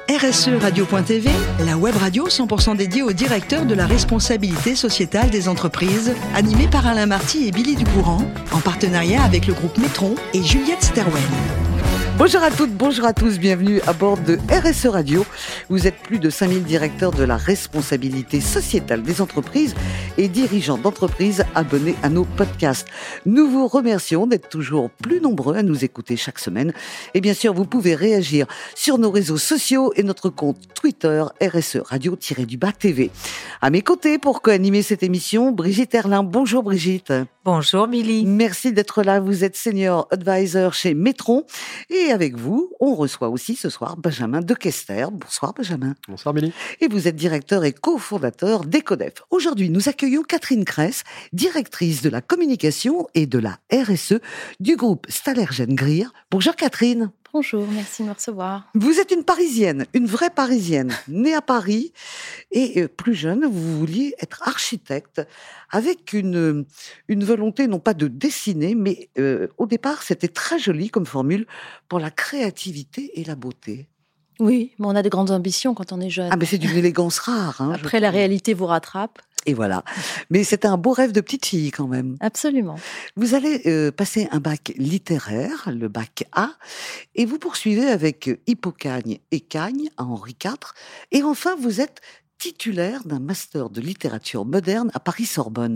RSE Radio.tv, la web radio 100% dédiée aux directeurs de la responsabilité sociétale des entreprises, animée par Alain Marty et Billy Ducourant, en partenariat avec le groupe Metron et Juliette Sterwen. Bonjour à toutes, bonjour à tous, bienvenue à bord de RSE Radio. Vous êtes plus de 5000 directeurs de la responsabilité sociétale des entreprises et dirigeants d'entreprises abonnés à nos podcasts. Nous vous remercions d'être toujours plus nombreux à nous écouter chaque semaine. Et bien sûr, vous pouvez réagir sur nos réseaux sociaux et notre compte Twitter RSE Radio-TV. À mes côtés, pour co-animer cette émission, Brigitte Erlin. Bonjour Brigitte. Bonjour Billy. Merci d'être là. Vous êtes senior advisor chez Metron. Et avec vous, on reçoit aussi ce soir Benjamin Dequester. Bonsoir Benjamin. Bonsoir Billy. Et vous êtes directeur et cofondateur d'Ecodef. Aujourd'hui, nous accueillons Catherine Cress, directrice de la communication et de la RSE du groupe Stalergen Greer. Bonjour Catherine. Bonjour, merci de me recevoir. Vous êtes une Parisienne, une vraie Parisienne, née à Paris et plus jeune, vous vouliez être architecte avec une volonté non pas de dessiner, mais au départ c'était très joli comme formule pour la créativité et la beauté. Oui, mais on a de grandes ambitions quand on est jeune. Ah mais c'est d'une élégance rare. Hein, après la réalité vous rattrape. Et voilà. Mais c'était un beau rêve de petite fille quand même. Absolument. Vous allez passer un bac littéraire, le bac A, et vous poursuivez avec Hippocagne et Cagne à Henri IV. Et enfin, vous êtes titulaire d'un master de littérature moderne à Paris-Sorbonne.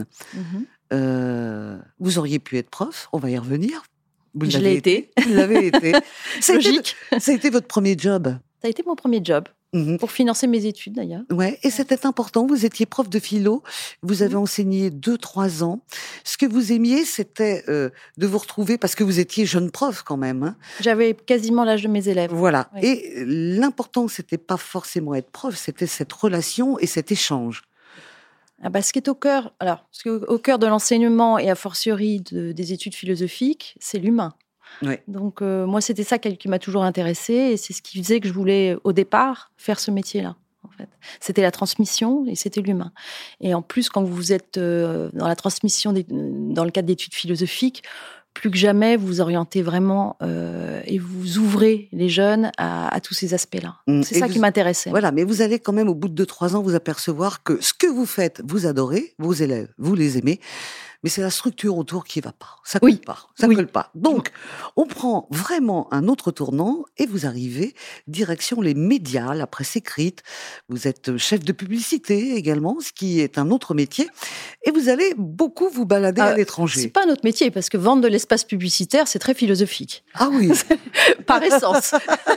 Vous auriez pu être prof, on va y revenir. Je l'ai été. Vous l'avez été. Logique. Ça a été votre premier job. Ça a été mon premier job. Pour financer mes études d'ailleurs. Ouais, et c'était important, vous étiez prof de philo, vous avez enseigné 2-3 ans. Ce que vous aimiez, c'était de vous retrouver, parce que vous étiez jeune prof quand même. Hein. J'avais quasiment l'âge de mes élèves. Voilà, oui. Et l'important, c'était pas forcément être prof, c'était cette relation et cet échange. Ah bah, ce qui est au cœur de l'enseignement et a fortiori des études philosophiques, c'est l'humain. Ouais. Donc moi c'était ça qui m'a toujours intéressée et c'est ce qui faisait que je voulais au départ faire ce métier-là. En fait, c'était la transmission et c'était l'humain. Et en plus quand vous êtes dans la transmission dans le cadre d'études philosophiques, plus que jamais vous vous orientez vraiment et vous ouvrez les jeunes à tous ces aspects-là. C'est ça qui m'intéressait. Voilà, mais vous allez quand même au bout de 2-3 ans vous apercevoir que ce que vous faites, vous adorez, vos élèves, vous les aimez. Mais c'est la structure autour qui va pas. Ça colle pas. Ça colle pas. Donc, on prend vraiment un autre tournant et vous arrivez direction les médias, la presse écrite. Vous êtes chef de publicité également, ce qui est un autre métier. Et vous allez beaucoup vous balader à l'étranger. C'est pas notre métier parce que vendre de l'espace publicitaire, c'est très philosophique. Ah oui. Par essence.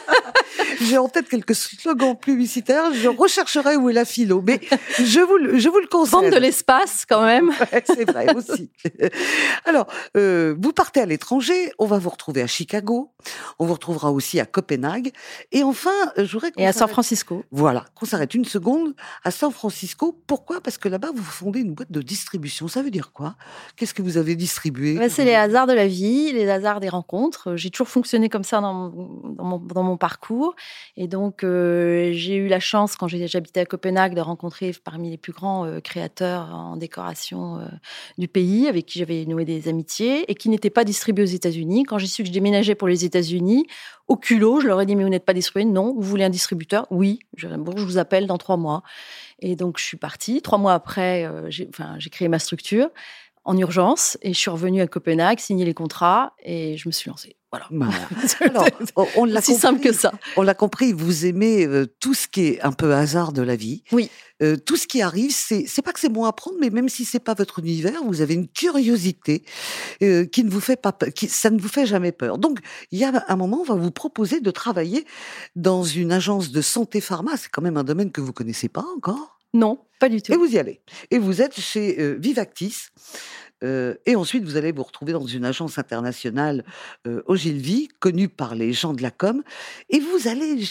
J'ai en tête quelques slogans publicitaires. Je rechercherai où est la philo, mais je vous le conseille. Vendre de l'espace, quand même. Ouais, c'est vrai aussi. Alors, vous partez à l'étranger. On va vous retrouver à Chicago. On vous retrouvera aussi à Copenhague. Et enfin, je voudrais à San Francisco. Voilà, qu'on s'arrête une seconde à San Francisco. Pourquoi ? Parce que là-bas, vous fondez une boîte de distribution. Ça veut dire quoi ? Qu'est-ce que vous avez distribué ? C'est les hasards de la vie, les hasards des rencontres. J'ai toujours fonctionné comme ça dans mon parcours. Et donc, j'ai eu la chance, quand j'habitais à Copenhague, de rencontrer parmi les plus grands créateurs en décoration du pays, avec qui j'avais noué des amitiés, et qui n'étaient pas distribués aux États-Unis. Quand j'ai su que je déménageais pour les États-Unis, au culot, je leur ai dit « Mais vous n'êtes pas distribué ? Non. Vous voulez un distributeur ? Oui. Je vous appelle dans 3 mois. » Et donc, je suis partie. 3 mois après, j'ai créé ma structure en urgence, et je suis revenue à Copenhague, signer les contrats, et je me suis lancée. Voilà. Alors, on l'a aussi compris, simple que ça. On l'a compris, vous aimez tout ce qui est un peu hasard de la vie. Oui. Tout ce qui arrive, c'est pas que c'est bon à prendre, mais même si c'est pas votre univers, vous avez une curiosité qui ne vous fait pas peur, ça ne vous fait jamais peur. Donc, il y a un moment, on va vous proposer de travailler dans une agence de santé pharma. C'est quand même un domaine que vous connaissez pas encore. Non, pas du tout. Et vous y allez. Et vous êtes chez Vivactis. Et ensuite, vous allez vous retrouver dans une agence internationale Ogilvy, connue par les gens de la com. Et vous allez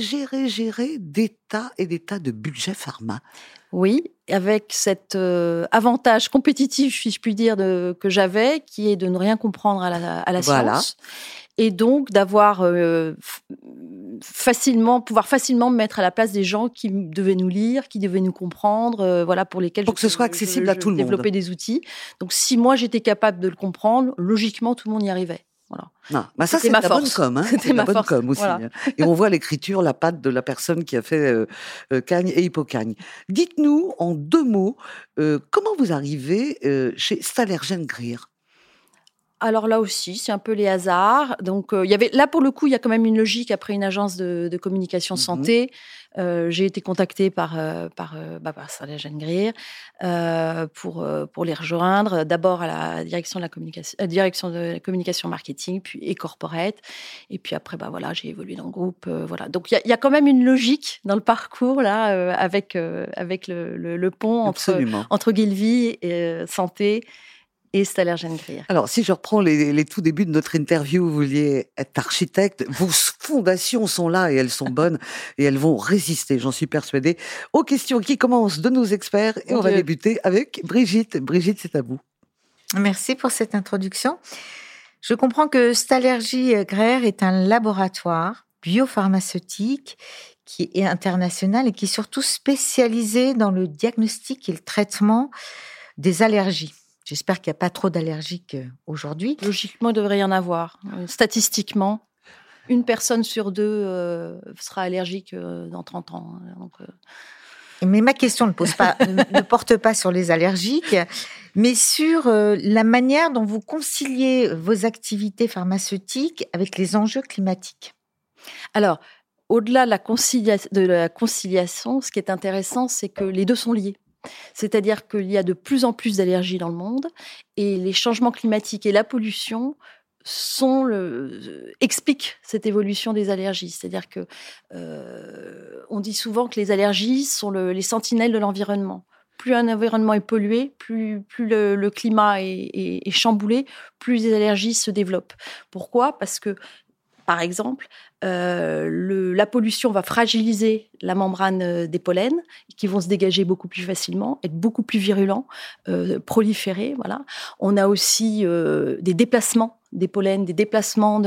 gérer des tas et des tas de budgets pharma. Oui, avec cet avantage compétitif, si je puis dire, que j'avais, qui est de ne rien comprendre à la science. Et donc d'avoir pouvoir facilement me mettre à la place des gens qui devaient nous lire, qui devaient nous comprendre, pour lesquels pour que ce soit accessible à tout le monde. Développer des outils. Donc si moi j'étais capable de le comprendre, logiquement tout le monde y arrivait. Voilà. Ah, ça, c'est ma la bonne force. com. Hein. C'était ma bonne force. com aussi. Voilà. Et on voit l'écriture, la patte de la personne qui a fait Cagne et Hippocagne. Dites-nous en 2 mots, comment vous arrivez chez Stalergen Greer? Alors là aussi, c'est un peu les hasards. Donc, il y avait là pour le coup, il y a quand même une logique après une agence de communication santé. J'ai été contactée par Stalergen Greer pour les rejoindre. D'abord à la direction de la communication marketing, puis et corporate. Et puis après, voilà, j'ai évolué dans le groupe. Voilà. Donc il y a quand même une logique dans le parcours là, avec le pont entre Guilvy et santé. Et Stalergen Greer. Alors, si je reprends les tout débuts de notre interview, vous vouliez être architecte, vos fondations sont là et elles sont bonnes et elles vont résister, j'en suis persuadée, aux questions qui commencent de nos experts et on va débuter avec Brigitte. Brigitte, c'est à vous. Merci pour cette introduction. Je comprends que Stalergen Greer est un laboratoire biopharmaceutique qui est international et qui est surtout spécialisé dans le diagnostic et le traitement des allergies. J'espère qu'il n'y a pas trop d'allergiques aujourd'hui. Logiquement, il devrait y en avoir. Statistiquement, 1 personne sur 2 sera allergique dans 30 ans. Donc, Mais ma question ne porte pas sur les allergiques, mais sur la manière dont vous conciliez vos activités pharmaceutiques avec les enjeux climatiques. Alors, au-delà de la conciliation, ce qui est intéressant, c'est que les 2 sont liés. C'est-à-dire qu'il y a de plus en plus d'allergies dans le monde et les changements climatiques et la pollution expliquent cette évolution des allergies. C'est-à-dire que on dit souvent que les allergies sont les sentinelles de l'environnement. Plus un environnement est pollué, plus le climat est chamboulé, plus les allergies se développent. Pourquoi ? Parce que, par exemple, la pollution va fragiliser la membrane des pollens, qui vont se dégager beaucoup plus facilement, être beaucoup plus virulents, proliférer. Voilà. On a aussi des déplacements des pollens, des déplacements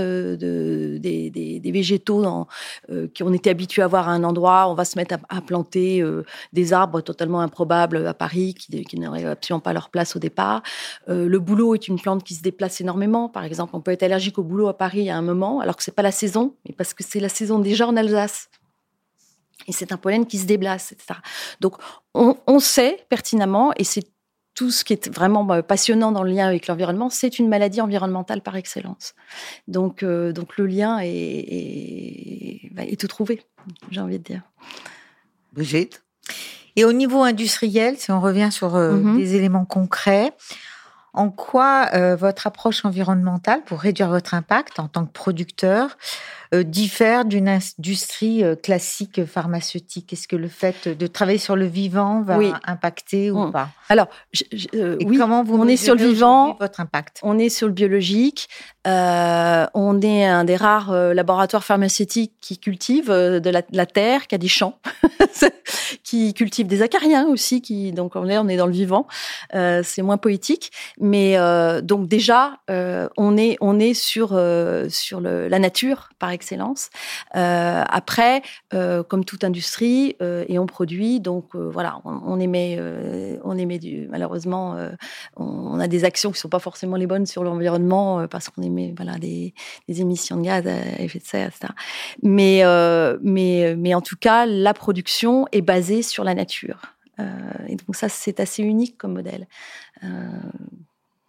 des végétaux qui ont été habitués à voir à un endroit. On va se mettre à planter des arbres totalement improbables à Paris qui n'auraient absolument pas leur place au départ. Le bouleau est une plante qui se déplace énormément. Par exemple, on peut être allergique au bouleau à Paris à un moment, alors que c'est pas la saison, mais parce que c'est la saison déjà en Alsace. Et c'est un pollen qui se déplace, etc. Donc, on sait pertinemment, et c'est tout ce qui est vraiment passionnant dans le lien avec l'environnement, c'est une maladie environnementale par excellence. Donc le lien est tout trouvé, j'ai envie de dire. Brigitte ? Et au niveau industriel, si on revient sur des éléments concrets, en quoi votre approche environnementale pour réduire votre impact en tant que producteur diffère d'une industrie classique pharmaceutique? Est-ce que le fait de travailler sur le vivant va impacter ou pas? Alors, oui, comment vous on est sur le vivant, votre impact? On est sur le biologique. On est un des rares laboratoires pharmaceutiques qui cultive de la terre, qui a des champs, qui cultive des acariens aussi. Donc on est dans le vivant. C'est moins poétique, mais donc déjà on est sur la nature par excellence. Après, comme toute industrie, et on produit, donc voilà, on émet malheureusement, on a des actions qui sont pas forcément les bonnes sur l'environnement parce qu'on émet des émissions de gaz à effet de serre, etc. Mais en tout cas, la production est basée sur la nature. Et donc ça, c'est assez unique comme modèle. Benjamin ?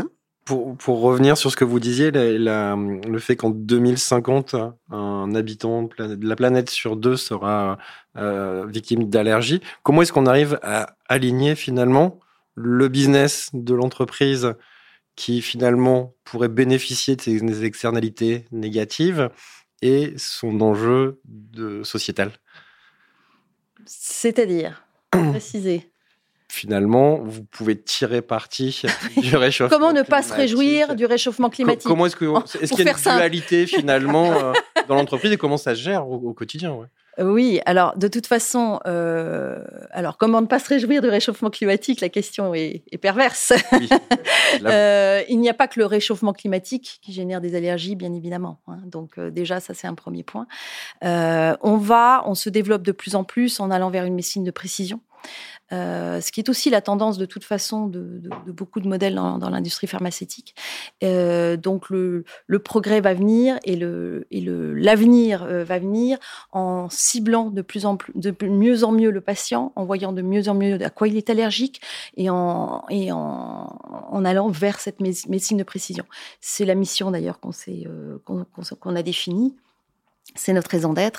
Pour revenir sur ce que vous disiez, le fait qu'en 2050, un habitant de la planète sur 2 sera victime d'allergie, comment est-ce qu'on arrive à aligner finalement le business de l'entreprise qui finalement pourrait bénéficier de ces externalités négatives et son enjeu sociétal? C'est-à-dire, préciser. Finalement, vous pouvez tirer parti du réchauffement Comment ne pas climatique. se réjouir du réchauffement climatique? Comment est-ce qu'il y a une dualité finalement dans l'entreprise et comment ça se gère au quotidien? Oui, alors de toute façon, comment ne pas se réjouir du réchauffement climatique? La question est perverse. Oui, il n'y a pas que le réchauffement climatique qui génère des allergies, bien évidemment. Donc déjà, ça c'est un premier point. On se développe de plus en plus en allant vers une médecine de précision. ce qui est aussi la tendance de toute façon de beaucoup de modèles dans l'industrie pharmaceutique. Donc le progrès va venir et l'avenir va venir en ciblant de mieux en mieux le patient, en voyant de mieux en mieux à quoi il est allergique et en allant vers cette médecine de précision. C'est la mission d'ailleurs qu'on a définie. C'est notre raison d'être.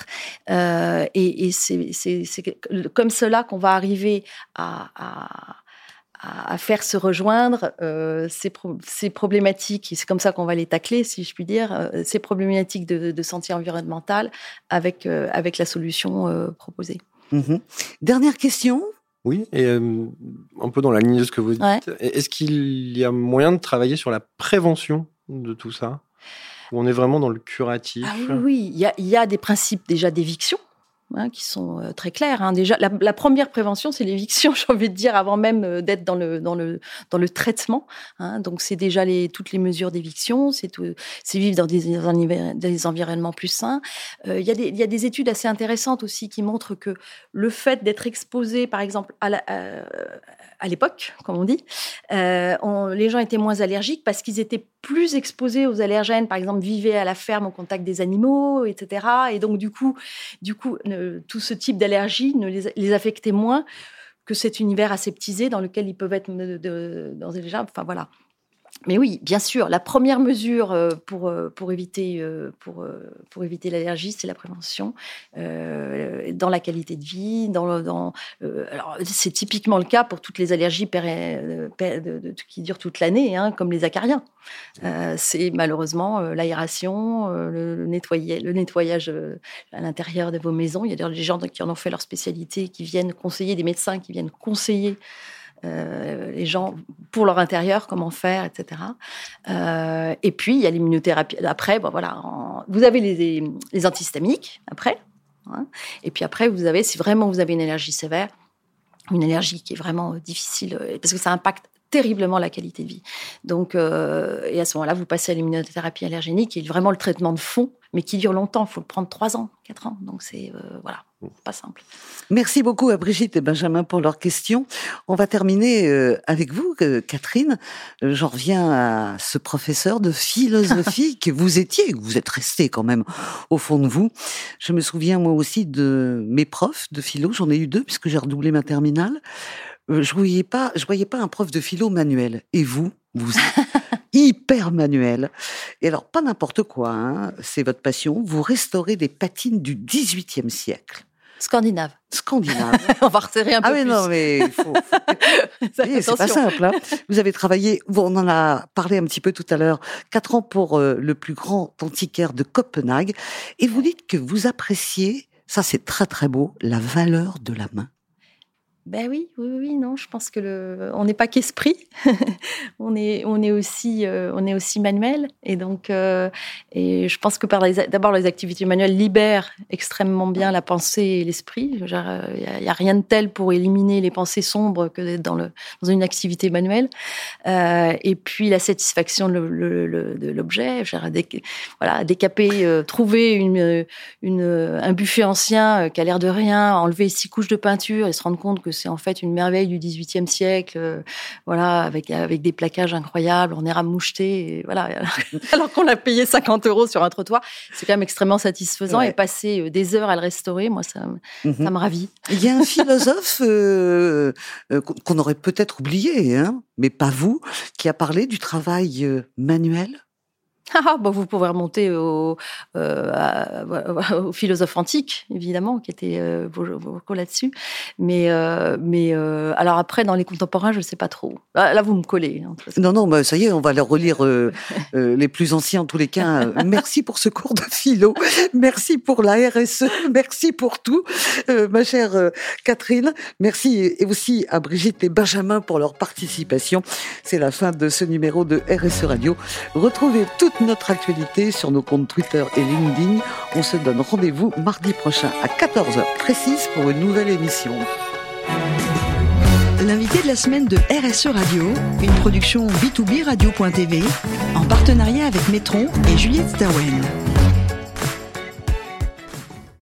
Et c'est comme cela qu'on va arriver à faire se rejoindre ces problématiques, c'est comme ça qu'on va les tacler, si je puis dire, ces problématiques de santé environnementale avec la solution proposée. Dernière question. Oui, et un peu dans la ligne de ce que vous dites, est-ce qu'il y a moyen de travailler sur la prévention de tout ça ? Où on est vraiment dans le curatif? Oui, il y a des principes déjà d'éviction qui sont très clairs. Déjà, la première prévention, c'est l'éviction, j'ai envie de dire, avant même d'être dans le traitement. Donc, c'est déjà toutes les mesures d'éviction, c'est vivre dans des environnements plus sains. Il y a des études assez intéressantes aussi qui montrent que le fait d'être exposé, par exemple, à l'époque, comme on dit, les gens étaient moins allergiques parce qu'ils étaient plus exposés aux allergènes, par exemple, vivaient à la ferme au contact des animaux, etc. Et donc, du coup, tout ce type d'allergie les affectait moins que cet univers aseptisé dans lequel ils peuvent être déjà. Enfin, voilà. Mais oui, bien sûr, la première mesure pour éviter l'allergie, c'est la prévention dans la qualité de vie. Alors, c'est typiquement le cas pour toutes les allergies qui durent toute l'année, comme les acariens. C'est malheureusement l'aération, le nettoyage à l'intérieur de vos maisons. Il y a des gens qui en ont fait leur spécialité, qui viennent conseiller, des médecins qui viennent conseiller les gens pour leur intérieur, comment faire, etc. Et puis, il y a l'immunothérapie. Après, vous avez les antihistamiques, après. Et puis après, si vraiment vous avez une allergie sévère, une allergie qui est vraiment difficile, parce que ça impacte terriblement la qualité de vie. Donc, et à ce moment-là, vous passez à l'immunothérapie allergénique, qui est vraiment le traitement de fond, mais qui dure longtemps. Il faut le prendre 3 ans, 4 ans. Donc, c'est pas simple. Merci beaucoup à Brigitte et Benjamin pour leurs questions. On va terminer avec vous, Catherine. J'en reviens à ce professeur de philosophie que vous étiez, que vous êtes resté quand même au fond de vous. Je me souviens moi aussi de mes profs de philo. J'en ai eu 2 puisque j'ai redoublé ma terminale. Je voyais pas un prof de philo manuel. Et vous êtes hyper manuel. Et alors, pas n'importe quoi, c'est votre passion. Vous restaurez des patines du XVIIIe siècle. Scandinave. On va resserrer un peu plus. Ah oui, non, mais il faut... c'est pas simple. Vous avez travaillé, on en a parlé un petit peu tout à l'heure, 4 ans pour le plus grand antiquaire de Copenhague. Et vous dites que vous appréciez, ça c'est très très beau, la valeur de la main. Ben oui, non, je pense que on n'est pas qu'esprit, on est aussi manuel, et donc et je pense que d'abord les activités manuelles libèrent extrêmement bien la pensée et l'esprit. Il y a rien de tel pour éliminer les pensées sombres que d'être dans une activité manuelle. Et puis la satisfaction de l'objet, décaper, trouver un buffet ancien qui a l'air de rien, enlever 6 couches de peinture et se rendre compte que c'est en fait une merveille du XVIIIe siècle, avec des plaquages incroyables, en érable moucheté, alors qu'on a payé 50 € sur un trottoir, c'est quand même extrêmement satisfaisant. Et passer des heures à le restaurer, moi, ça me ravit. Il y a un philosophe qu'on aurait peut-être oublié, mais pas vous, qui a parlé du travail manuel. Vous pouvez remonter au philosophe antique, évidemment, qui était beaucoup là-dessus. Mais alors après, dans les contemporains, je ne sais pas trop. Là, vous me collez. Non, ça y est, on va leur relire les plus anciens, en tous les cas. Merci pour ce cours de philo. Merci pour la RSE. Merci pour tout, ma chère Catherine. Merci et aussi à Brigitte et Benjamin pour leur participation. C'est la fin de ce numéro de RSE Radio. Retrouvez toute notre actualité sur nos comptes Twitter et LinkedIn. On se donne rendez-vous mardi prochain à 14h précise pour une nouvelle émission. L'invité de la semaine de RSE Radio, une production B2B Radio.tv en partenariat avec Metron et Juliette Stawen.